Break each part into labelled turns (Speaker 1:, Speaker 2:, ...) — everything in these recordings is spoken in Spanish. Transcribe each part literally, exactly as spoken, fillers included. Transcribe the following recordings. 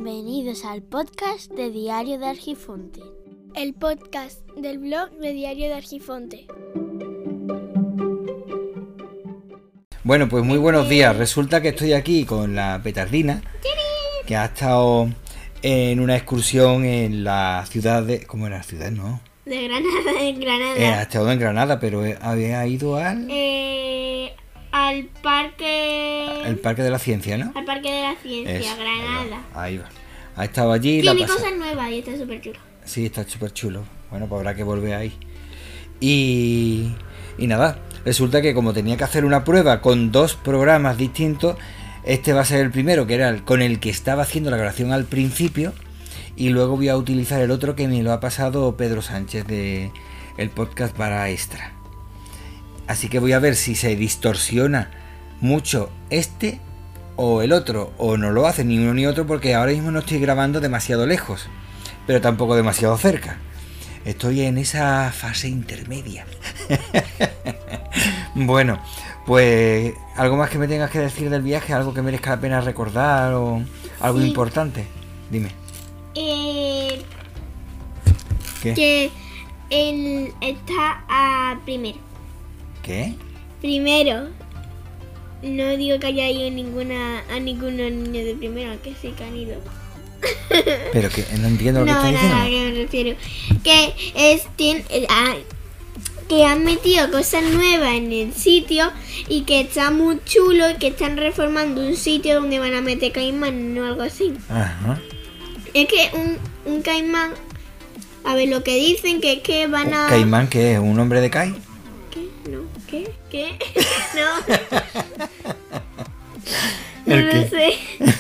Speaker 1: Bienvenidos al podcast de Diario de Argifonte.
Speaker 2: El podcast del blog de Diario de Argifonte.
Speaker 3: Bueno, pues muy buenos días. Resulta que estoy aquí con la petardina, que ha estado en una excursión en la ciudad de... ¿Cómo era la ciudad? No.
Speaker 2: De Granada, en Granada.
Speaker 3: Eh, ha estado en Granada, pero había ido al...
Speaker 2: Eh, al parque...
Speaker 3: El Parque de la Ciencia, ¿no?
Speaker 2: Al Parque de la Ciencia,
Speaker 3: Eso,
Speaker 2: Granada.
Speaker 3: Ahí va, ahí va. Ha estado allí.
Speaker 2: Tiene
Speaker 3: la pasa...
Speaker 2: cosas nuevas y está súper chulo.
Speaker 3: Sí, está súper chulo. Bueno, pues habrá que volver ahí. Y... Y nada, resulta que como tenía que hacer una prueba con dos programas distintos, este va a ser el primero, que era el con el que estaba haciendo la grabación al principio, y luego voy a utilizar el otro que me lo ha pasado Pedro Sánchez de el podcast para Extra. Así que voy a ver si se distorsiona mucho este o el otro, o no lo hace ni uno ni otro, porque ahora mismo no estoy grabando demasiado lejos, pero tampoco demasiado cerca. Estoy en esa fase intermedia. Bueno, pues algo más que me tengas que decir del viaje, algo que merezca la pena recordar o algo
Speaker 2: Sí.
Speaker 3: importante. Dime.
Speaker 2: Eh,
Speaker 3: ¿Qué?
Speaker 2: que él está a primero.
Speaker 3: ¿Qué?
Speaker 2: Primero. No digo que haya ido ninguna, a ninguno niño de primero, que sí que han ido.
Speaker 3: Pero que no entiendo lo que
Speaker 2: No,
Speaker 3: estás
Speaker 2: nada,
Speaker 3: diciendo.
Speaker 2: que me refiero. Que es tien- eh, ah, que han metido cosas nuevas en el sitio y que está muy chulo y que están reformando un sitio donde van a meter caimán o algo así.
Speaker 3: Ajá.
Speaker 2: Es que un, un caimán, a ver lo que dicen, que es que van a...
Speaker 3: ¿Caimán qué es? ¿Un hombre de Kai?
Speaker 2: ¿Qué? No, ¿qué? ¿Qué? No. No
Speaker 3: ¿El
Speaker 2: lo
Speaker 3: qué?
Speaker 2: sé.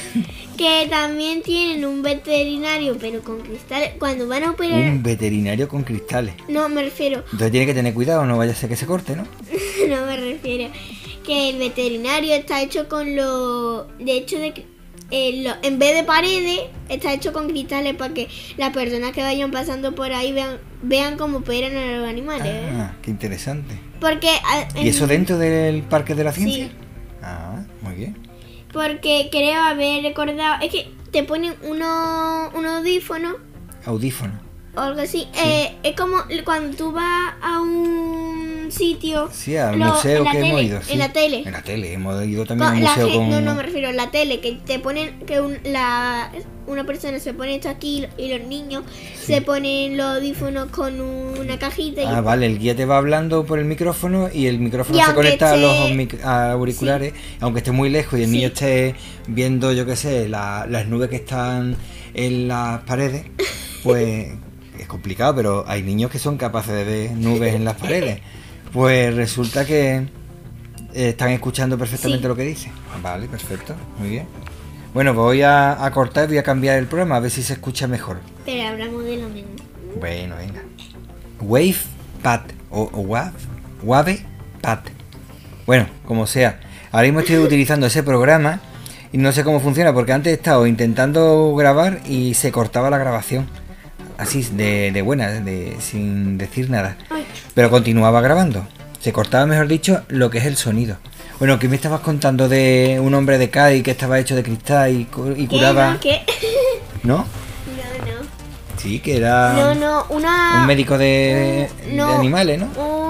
Speaker 2: Que también tienen un veterinario, pero con cristales. Cuando van a operar...
Speaker 3: Un veterinario con cristales.
Speaker 2: No, me refiero...
Speaker 3: Entonces tiene que tener cuidado, no vaya a ser que se corte, ¿no?
Speaker 2: No me refiero. Que el veterinario está hecho con lo... De hecho, de, eh, lo- en vez de paredes, está hecho con cristales para que las personas que vayan pasando por ahí vean, vean cómo operan a los animales. ¿eh?
Speaker 3: Ah, qué interesante.
Speaker 2: Porque... ah,
Speaker 3: ¿Y eso
Speaker 2: en-
Speaker 3: dentro del Parque de la
Speaker 2: Sí.
Speaker 3: Ciencia? Ah, muy bien.
Speaker 2: Porque creo haber recordado... Es que te ponen unos unos audífonos
Speaker 3: Audífono.
Speaker 2: o algo así. Eh, es como cuando tú vas a un sitio...
Speaker 3: Sí, al
Speaker 2: lo-
Speaker 3: museo
Speaker 2: en la
Speaker 3: que hemos
Speaker 2: tele,
Speaker 3: ido. Sí.
Speaker 2: En la tele.
Speaker 3: En la tele, hemos ido también
Speaker 2: Con
Speaker 3: al
Speaker 2: la
Speaker 3: museo
Speaker 2: gen-
Speaker 3: con...
Speaker 2: No, no me refiero a la tele, que te ponen que un- la, una persona se pone esto aquí y los niños se ponen los audífonos con una cajita y
Speaker 3: Ah, vale, el guía te va hablando por el micrófono y el micrófono
Speaker 2: Y
Speaker 3: se
Speaker 2: aunque
Speaker 3: conecta a
Speaker 2: esté-
Speaker 3: los mic- a auriculares, aunque esté muy lejos y el
Speaker 2: Sí.
Speaker 3: niño esté viendo, yo qué sé, la- las nubes que están en las paredes, pues es complicado, pero hay niños que son capaces de ver nubes en las paredes. Pues resulta que eh, están escuchando perfectamente
Speaker 2: Sí.
Speaker 3: lo que dice. Vale, perfecto, muy bien. Bueno, pues voy a, a cortar y voy a cambiar el programa a ver si se escucha mejor.
Speaker 2: pero hablamos de lo mismo.
Speaker 3: Bueno, venga. Wave Pad o, o Wave, Wave Pad. Bueno, como sea. Ahora mismo estoy utilizando ese programa y no sé cómo funciona porque antes he estado intentando grabar y se cortaba la grabación. Así, de, de buena, de, sin decir nada.
Speaker 2: Ay.
Speaker 3: Pero continuaba grabando. Se cortaba, mejor dicho, lo que es el sonido. Bueno, ¿qué me estabas contando de un hombre de Cádiz que estaba hecho de cristal y, cu- y
Speaker 2: ¿Qué?
Speaker 3: curaba?
Speaker 2: No, ¿qué?
Speaker 3: ¿No?
Speaker 2: No, no.
Speaker 3: Sí, que era...
Speaker 2: No, no, una...
Speaker 3: Un médico de,
Speaker 2: un- no,
Speaker 3: de animales, ¿no?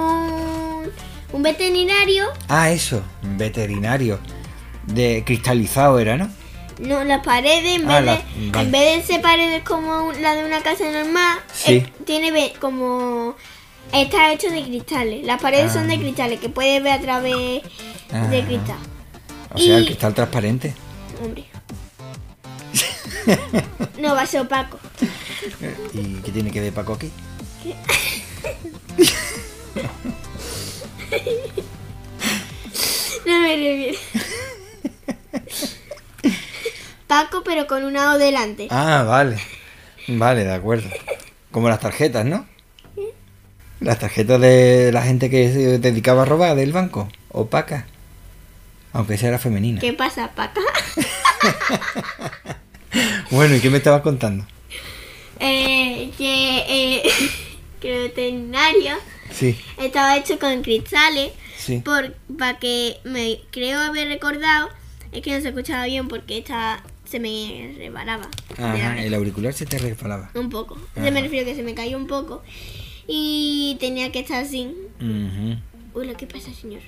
Speaker 2: Un, un veterinario.
Speaker 3: Ah, eso, veterinario. De cristalizado era, ¿no?
Speaker 2: No, las paredes, en vez,
Speaker 3: Ah, la-
Speaker 2: de,
Speaker 3: vale.
Speaker 2: en vez de ser paredes como un- la de una casa normal,
Speaker 3: Sí.
Speaker 2: eh, tiene ve- como... Está hecho de cristales. Las paredes
Speaker 3: Ah.
Speaker 2: son de cristales, que puedes ver a través
Speaker 3: Ah.
Speaker 2: de cristal.
Speaker 3: O sea, el
Speaker 2: Y-
Speaker 3: cristal transparente.
Speaker 2: Hombre. No va a ser opaco.
Speaker 3: ¿Y qué tiene que ver Paco aquí?
Speaker 2: No me refiero. Paco, pero con una O delante.
Speaker 3: Ah, vale. Vale, de acuerdo. Como las tarjetas, ¿no? Las tarjetas de la gente que se dedicaba a robar del banco. Opaca. Aunque esa era femenina.
Speaker 2: ¿Qué pasa, Paca?
Speaker 3: Bueno, ¿y qué me estabas contando?
Speaker 2: eh, que, eh, que el veterinario
Speaker 3: Sí,
Speaker 2: estaba hecho con cristales.
Speaker 3: sí.
Speaker 2: Por, para que me creo haber recordado, es que no se escuchaba bien porque estaba se me rebalaba.
Speaker 3: Ajá, el auricular se te resbalaba.
Speaker 2: Un poco.
Speaker 3: Ajá.
Speaker 2: Se me refiero que se me cayó un poco. Y tenía que estar así.
Speaker 3: Uh-huh.
Speaker 2: Uy, ¿qué pasa, señor?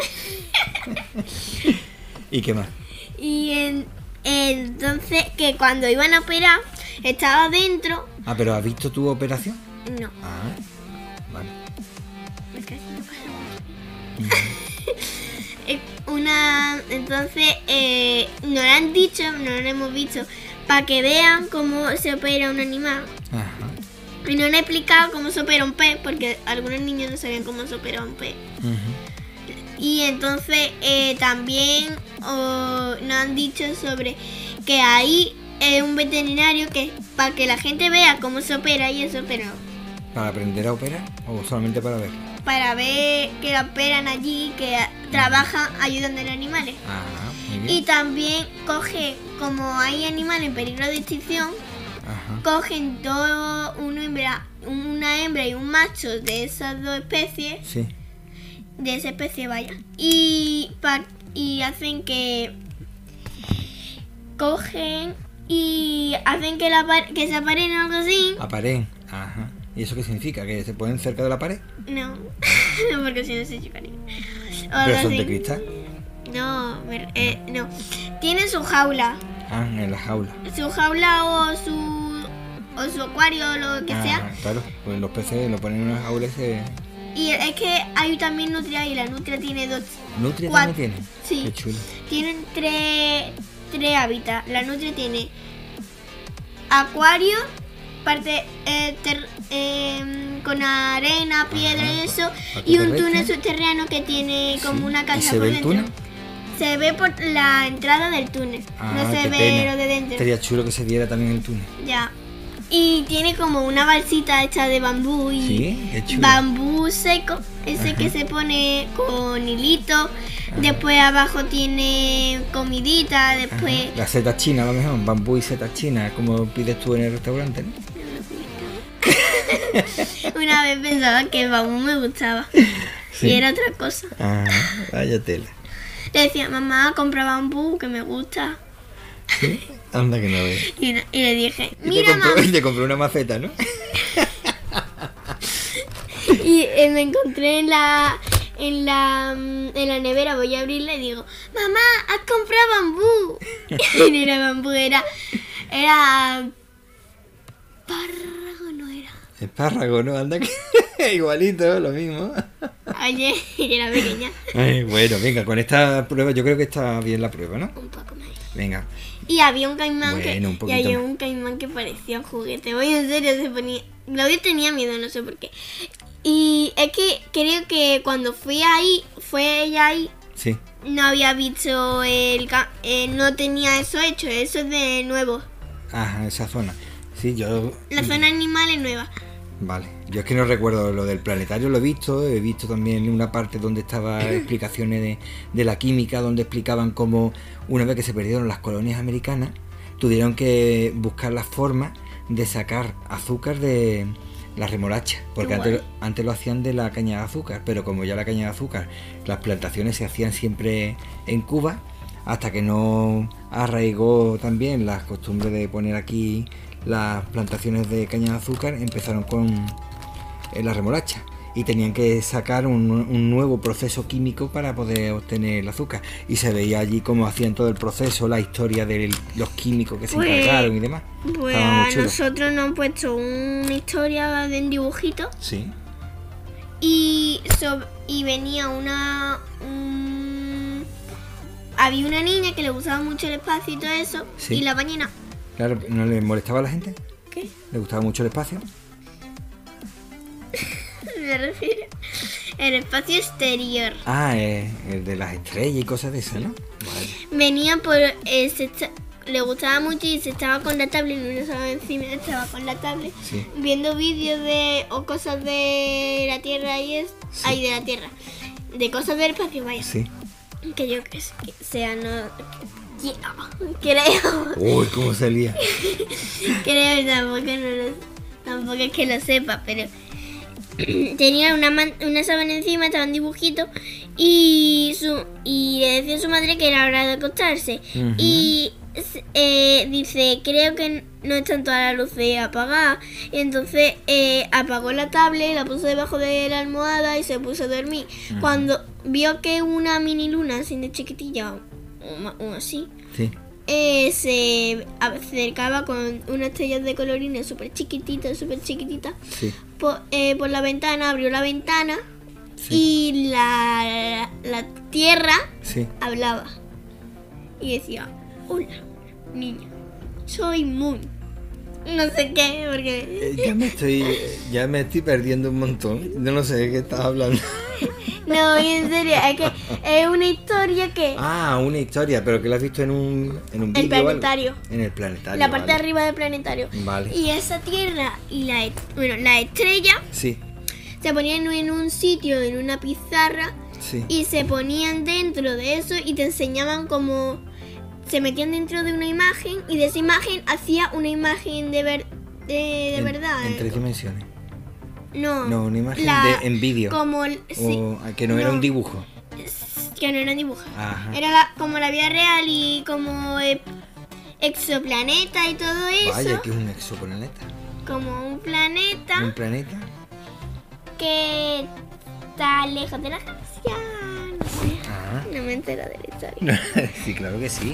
Speaker 3: ¿Y qué más?
Speaker 2: Y en, entonces, que cuando iban a operar, estaba dentro.
Speaker 3: Ah, pero ¿has visto tu operación?
Speaker 2: No.
Speaker 3: Ah, vale.
Speaker 2: Me cae en tu casa. Eh, Una. Entonces, eh, nos lo han dicho, no lo hemos visto, para que vean cómo se opera un animal.
Speaker 3: Ajá.
Speaker 2: Y no han explicado cómo se opera un pez, porque algunos niños no sabían cómo se opera un pez.
Speaker 3: Uh-huh.
Speaker 2: Y entonces eh, también oh, nos han dicho sobre que ahí es un veterinario que para que la gente vea cómo se opera y eso, pero
Speaker 3: ¿Para aprender a operar o solamente para ver?
Speaker 2: para ver que la operan allí, que trabajan ayudando a los animales.
Speaker 3: Ajá, muy bien.
Speaker 2: Y también coge, como hay animales en peligro de extinción,
Speaker 3: Ajá.
Speaker 2: cogen todo una hembra, una hembra y un macho de esas dos especies,
Speaker 3: Sí.
Speaker 2: de esa especie vaya, y, pa- y hacen que cogen y hacen que, la par- que se aparen o algo así.
Speaker 3: Apareen. Ajá. ¿Y eso qué significa? ¿Que se ponen cerca de la pared?
Speaker 2: No, porque si no se chocarían. O
Speaker 3: ¿Pero
Speaker 2: algo
Speaker 3: son
Speaker 2: así.
Speaker 3: de cristal?
Speaker 2: No, me- eh, no. Tienen su jaula,
Speaker 3: Ah, en la jaula.
Speaker 2: su jaula o su o su acuario o lo que
Speaker 3: Ah,
Speaker 2: sea.
Speaker 3: claro, pues los peces lo ponen en una jaula y se...
Speaker 2: Y es que hay también nutria y la nutria tiene dos.
Speaker 3: ¿Nutria
Speaker 2: Cuat-
Speaker 3: también tiene?
Speaker 2: Sí.
Speaker 3: Qué chulo.
Speaker 2: Tienen tres, tres hábitats. La nutria tiene acuario, parte eh, ter- em, con arena, piedra
Speaker 3: Ajá,
Speaker 2: y eso,
Speaker 3: parte
Speaker 2: y un
Speaker 3: terrestre.
Speaker 2: túnel subterráneo que tiene como
Speaker 3: Sí.
Speaker 2: una
Speaker 3: ¿Y
Speaker 2: casa
Speaker 3: se
Speaker 2: por
Speaker 3: ve el
Speaker 2: dentro.
Speaker 3: túnel?
Speaker 2: Se ve por la entrada del túnel,
Speaker 3: Ah,
Speaker 2: no se
Speaker 3: qué
Speaker 2: ve
Speaker 3: pena.
Speaker 2: lo de dentro.
Speaker 3: Sería chulo que se viera también el túnel.
Speaker 2: Ya. Y tiene como una balsita hecha de bambú y
Speaker 3: Sí, qué chulo.
Speaker 2: bambú seco, ese
Speaker 3: Ajá.
Speaker 2: que se pone con hilito. Después abajo tiene comidita, después
Speaker 3: Ajá. La seta china a lo mejor, bambú y seta china, como pides tú en el restaurante, ¿no?
Speaker 2: una vez pensaba que el bambú me gustaba
Speaker 3: Sí.
Speaker 2: y era otra cosa.
Speaker 3: Ah, vaya tela.
Speaker 2: Le decía, mamá, compra bambú que me gusta.
Speaker 3: ¿Sí? Anda que no ves.
Speaker 2: Y, no- y le dije,
Speaker 3: Y te
Speaker 2: mira
Speaker 3: compró,
Speaker 2: mamá.
Speaker 3: y te compró una maceta, ¿no?
Speaker 2: Y eh, me encontré en la en la mm, en la nevera, voy a abrirla y digo, mamá, has comprado bambú. Y no era bambú, era era párrago, no era.
Speaker 3: Espárrago, ¿no? Anda que igualito, lo mismo.
Speaker 2: Ayer era pequeña.
Speaker 3: Ay, bueno, venga, con esta prueba yo creo que está bien la prueba, ¿no?
Speaker 2: Un poco más.
Speaker 3: Venga.
Speaker 2: Y había un caimán que
Speaker 3: Bueno, un
Speaker 2: y
Speaker 3: poquito
Speaker 2: había
Speaker 3: más.
Speaker 2: un caimán que parecía un juguete. Voy en serio, se ponía. Claudio tenía miedo, no sé por qué. Y es que creo que cuando fui ahí, fue ella ahí,
Speaker 3: Sí.
Speaker 2: no había visto el ca- eh, no tenía eso hecho, eso es de nuevo.
Speaker 3: Ajá, esa zona. Sí, yo...
Speaker 2: La zona animal es nueva.
Speaker 3: Vale. Yo es que no recuerdo lo del planetario, lo he visto. He visto también una parte donde estaba explicaciones de, de la química, donde explicaban cómo una vez que se perdieron las colonias americanas, tuvieron que buscar la forma de sacar azúcar de la remolacha. Porque
Speaker 2: Qué
Speaker 3: antes,
Speaker 2: guay.
Speaker 3: antes lo hacían de la caña de azúcar, pero como ya la caña de azúcar, las plantaciones se hacían siempre en Cuba, hasta que no arraigó también las costumbres de poner aquí las plantaciones de caña de azúcar, empezaron con eh, la remolacha y tenían que sacar un, un nuevo proceso químico para poder obtener el azúcar, y se veía allí cómo hacían todo el proceso, la historia de los químicos que se
Speaker 2: Pues-
Speaker 3: encargaron y demás.
Speaker 2: Pues
Speaker 3: Estaba muy
Speaker 2: a
Speaker 3: chulo.
Speaker 2: nosotros nos han puesto una historia de un dibujito
Speaker 3: Sí.
Speaker 2: y, so- y venía una... un- había una niña que le gustaba mucho el espacio y todo eso,
Speaker 3: Sí.
Speaker 2: y la ballena.
Speaker 3: Claro, ¿no le molestaba a la gente?
Speaker 2: ¿Qué?
Speaker 3: ¿Le gustaba mucho el espacio?
Speaker 2: Me refiero. El espacio exterior.
Speaker 3: Ah, eh, el de las estrellas y cosas de esas, ¿no? Vale.
Speaker 2: Venía por... eh, se esta- le gustaba mucho y se estaba con la tablet, no lo estaba encima, estaba con la tablet,
Speaker 3: Sí.
Speaker 2: viendo vídeos de... o cosas de la Tierra y es...
Speaker 3: Sí.
Speaker 2: Ay, de la Tierra. De cosas del espacio, vaya.
Speaker 3: Sí.
Speaker 2: Que yo que, que sea, no... que- creo...
Speaker 3: Uy, cómo salía.
Speaker 2: Creo, tampoco, no lo, tampoco es que lo sepa, pero tenía una, man- una sábana encima, estaba un dibujito y su y le decía a su madre que era hora de acostarse.
Speaker 3: Ujú.
Speaker 2: Y eh, dice, creo que no están todas las luces apagadas. Y entonces eh, apagó la tablet, la puso debajo de la almohada y se puso a dormir. Uh-huh. Cuando vio que una mini luna así de chiquitilla, o, o así,
Speaker 3: sí.
Speaker 2: eh, se acercaba con una estrella de colorines súper chiquitita, súper chiquitita.
Speaker 3: Sí.
Speaker 2: Por, eh, por la ventana, abrió la ventana, sí. Y la, la, la tierra
Speaker 3: sí.
Speaker 2: hablaba. Y decía, hola, niña, soy Moon. No sé qué, porque...
Speaker 3: Eh, ya me estoy ya me estoy perdiendo un montón. Yo no sé de qué estás hablando.
Speaker 2: No, en serio, es que es una historia que...
Speaker 3: Ah, una historia, pero que la has visto en un, en un vídeo.
Speaker 2: El planetario.
Speaker 3: En el planetario,
Speaker 2: la parte
Speaker 3: vale.
Speaker 2: de arriba del planetario.
Speaker 3: Vale.
Speaker 2: Y esa tierra y la, bueno, la estrella
Speaker 3: sí.
Speaker 2: se ponían en un sitio, en una pizarra,
Speaker 3: sí.
Speaker 2: y se ponían dentro de eso y te enseñaban cómo... Se metían dentro de una imagen y de esa imagen hacía una imagen de, ver, de, de
Speaker 3: en,
Speaker 2: verdad.
Speaker 3: En tres dimensiones.
Speaker 2: No.
Speaker 3: No, una imagen
Speaker 2: la,
Speaker 3: de, en vídeo.
Speaker 2: Como sí,
Speaker 3: o que no, no era un dibujo.
Speaker 2: Que no era un dibujo.
Speaker 3: Ajá.
Speaker 2: Era la, como la vida real y como eh, exoplaneta y todo eso.
Speaker 3: Vaya, que es un exoplaneta.
Speaker 2: Como un planeta.
Speaker 3: Un planeta.
Speaker 2: Que está lejos de la galaxia. No sé.
Speaker 3: Ajá.
Speaker 2: No me entero de la historia.
Speaker 3: Sí, claro que sí.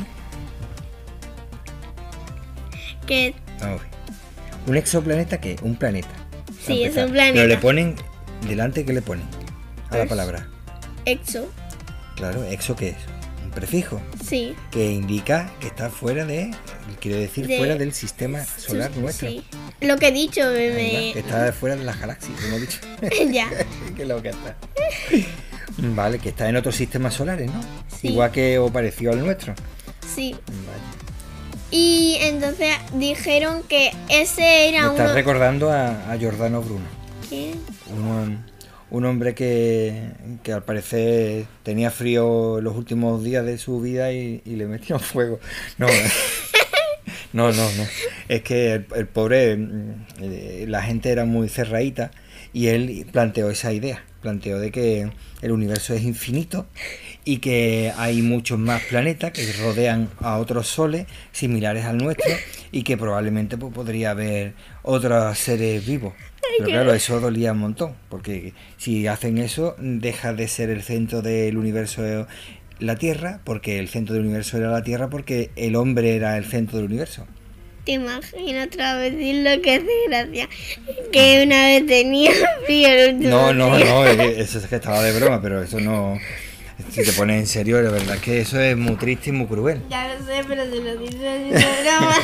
Speaker 2: Que...
Speaker 3: Vamos a ver. ¿Un exoplaneta qué? Un planeta.
Speaker 2: Sí, es un planeta.
Speaker 3: Pero le ponen... Delante, ¿qué le ponen? A
Speaker 2: pues,
Speaker 3: la palabra.
Speaker 2: Exo.
Speaker 3: Claro, ¿exo qué es? Un prefijo.
Speaker 2: Sí.
Speaker 3: Que indica que está fuera de... Quiere decir
Speaker 2: de,
Speaker 3: fuera del sistema solar
Speaker 2: sí,
Speaker 3: nuestro.
Speaker 2: Sí. Lo que he dicho, bebé.
Speaker 3: Que está fuera de las galaxias, como he dicho.
Speaker 2: Ya.
Speaker 3: Qué loca está. Vale, que está en otros sistemas solares, ¿no?
Speaker 2: Sí.
Speaker 3: Igual que o parecido al nuestro.
Speaker 2: Sí.
Speaker 3: Vale.
Speaker 2: Y entonces dijeron que ese era
Speaker 3: Me
Speaker 2: uno...
Speaker 3: estás recordando a, a Giordano Bruno.
Speaker 2: ¿Qué?
Speaker 3: Un, un hombre que, que al parecer tenía frío los últimos días de su vida y, y le metían fuego. No, no, no, no. Es que el, el pobre, la gente era muy cerradita y él planteó esa idea. Planteó de que el universo es infinito y que hay muchos más planetas que rodean a otros soles similares al nuestro y que probablemente pues, podría haber otros seres vivos. Pero claro, eso dolía un montón, porque si hacen eso, deja de ser el centro del universo la Tierra, porque el centro del universo era la Tierra, porque el hombre era el centro del universo.
Speaker 2: Te imagino otra vez decir lo que hace gracia. Que una vez tenía frío el último
Speaker 3: No, no,
Speaker 2: día.
Speaker 3: no, eso es que estaba de broma, pero eso no... Si te pones en serio, la verdad es que eso es muy triste y muy cruel.
Speaker 2: Ya lo sé, pero se lo dices así de broma.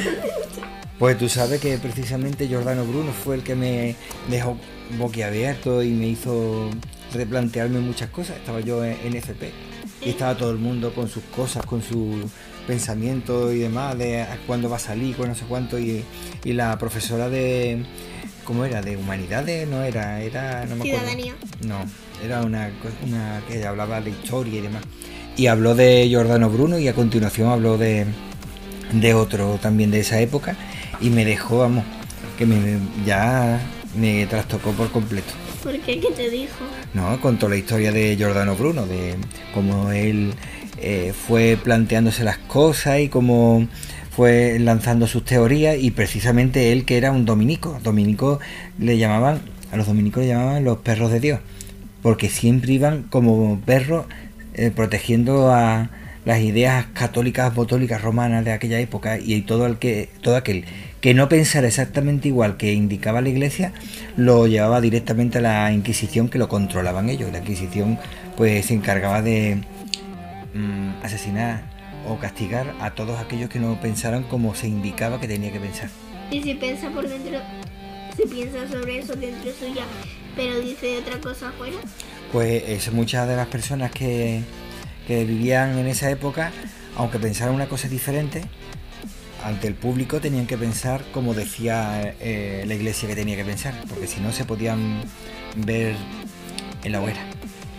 Speaker 3: Pues tú sabes que precisamente Giordano Bruno fue el que me dejó boquiabierto y me hizo replantearme muchas cosas. Estaba yo en F P y estaba todo el mundo con sus cosas, con sus pensamientos y demás, de cuándo va a salir, con no sé cuánto, y, y la profesora de... ¿Cómo era? ¿De humanidades? No era, era... no me acuerdo.
Speaker 2: Ciudadanía.
Speaker 3: No, era una, una que hablaba de historia y demás. Y habló de Giordano Bruno y a continuación habló de, de otro también de esa época y me dejó, vamos, que me, ya me trastocó por completo.
Speaker 2: ¿Por qué? ¿Qué te dijo?
Speaker 3: No, contó la historia de Giordano Bruno, de cómo él eh, fue planteándose las cosas y cómo fue lanzando sus teorías, y precisamente él, que era un dominico, dominico le llamaban, a los dominicos le llamaban los perros de Dios, porque siempre iban como perros eh, protegiendo a las ideas católicas, apostólicas, romanas de aquella época, y todo el que todo aquel que no pensara exactamente igual que indicaba la Iglesia lo llevaba directamente a la Inquisición, que lo controlaban ellos. La Inquisición pues se encargaba de mmm, asesinar o castigar a todos aquellos que no pensaran como se indicaba que tenía que pensar.
Speaker 2: Y si piensa por dentro, si piensa sobre eso dentro suya, pero dice otra cosa afuera.
Speaker 3: Pues es, muchas de las personas que, que vivían en esa época, aunque pensaran una cosa diferente, ante el público tenían que pensar como decía eh, la Iglesia que tenía que pensar, porque si no se podían ver en la hoguera.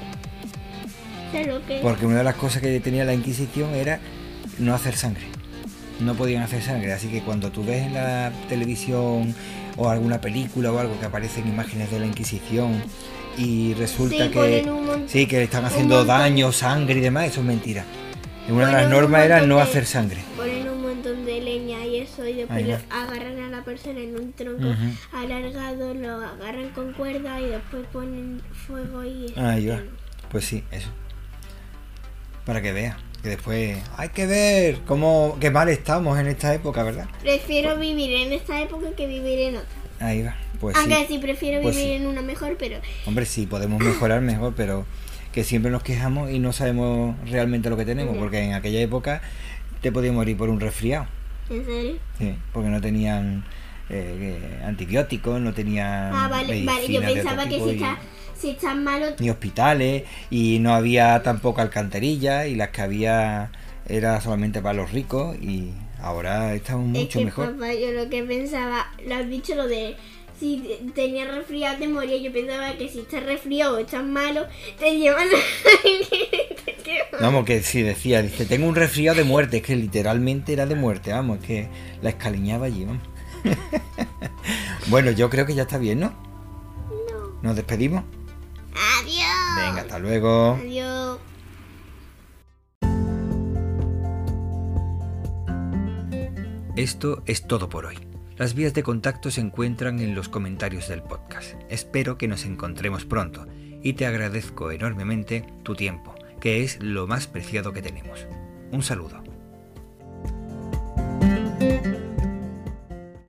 Speaker 2: Claro que...
Speaker 3: Porque una de las cosas que tenía la Inquisición era no hacer sangre. No podían hacer sangre, así que cuando tú ves en la televisión o alguna película o algo que aparecen imágenes de la Inquisición y resulta
Speaker 2: sí,
Speaker 3: que
Speaker 2: mon-
Speaker 3: sí, que le están haciendo
Speaker 2: montón,
Speaker 3: daño, sangre y demás, eso es mentira. Y una de las
Speaker 2: un
Speaker 3: normas era
Speaker 2: montón
Speaker 3: no
Speaker 2: de-
Speaker 3: hacer sangre.
Speaker 2: Ponen eso y después
Speaker 3: Ahí
Speaker 2: lo
Speaker 3: va.
Speaker 2: agarran a la persona en un tronco
Speaker 3: Ujú.
Speaker 2: alargado, lo agarran con cuerda y después ponen fuego y...
Speaker 3: Ahí va. Pues sí, eso. Para que veas. Que después hay que ver cómo qué mal estamos en esta época, ¿verdad?
Speaker 2: Prefiero vivir en esta época que vivir en otra.
Speaker 3: Ahí va. Pues
Speaker 2: Aunque
Speaker 3: sí.
Speaker 2: sí prefiero
Speaker 3: Pues
Speaker 2: vivir
Speaker 3: sí.
Speaker 2: en una mejor, pero...
Speaker 3: Hombre, sí, podemos mejorar mejor, pero que siempre nos quejamos y no sabemos realmente lo que tenemos,
Speaker 2: Ya.
Speaker 3: porque en aquella época te podías morir por un resfriado.
Speaker 2: ¿En serio?
Speaker 3: Sí, porque no tenían eh, antibióticos, no tenían
Speaker 2: Ah, vale, vale. Yo
Speaker 3: medicinas de
Speaker 2: pensaba
Speaker 3: otro
Speaker 2: que
Speaker 3: tipo
Speaker 2: si
Speaker 3: y-
Speaker 2: estás si estás malo...
Speaker 3: ni hospitales, y no había tampoco alcantarillas, y las que había era solamente para los ricos, y ahora estamos
Speaker 2: Es
Speaker 3: mucho
Speaker 2: que,
Speaker 3: mejor.
Speaker 2: papá, yo lo que pensaba... Lo has dicho lo de... Si te- tenías resfriado te morías. Yo pensaba que si estás resfriado o estás malo, te llevan... te llevan-
Speaker 3: Vamos, que si decía, dice, tengo un resfriado de muerte, es que literalmente era de muerte, vamos, es que la escaliñaba allí, vamos. Bueno, yo creo que ya está bien, ¿no?
Speaker 2: No.
Speaker 3: ¿Nos despedimos?
Speaker 2: Adiós.
Speaker 3: Venga, hasta luego.
Speaker 2: Adiós.
Speaker 3: Esto es todo por hoy. Las vías de contacto se encuentran en los comentarios del podcast. Espero que nos encontremos pronto y te agradezco enormemente tu tiempo, que es lo más preciado que tenemos. Un saludo.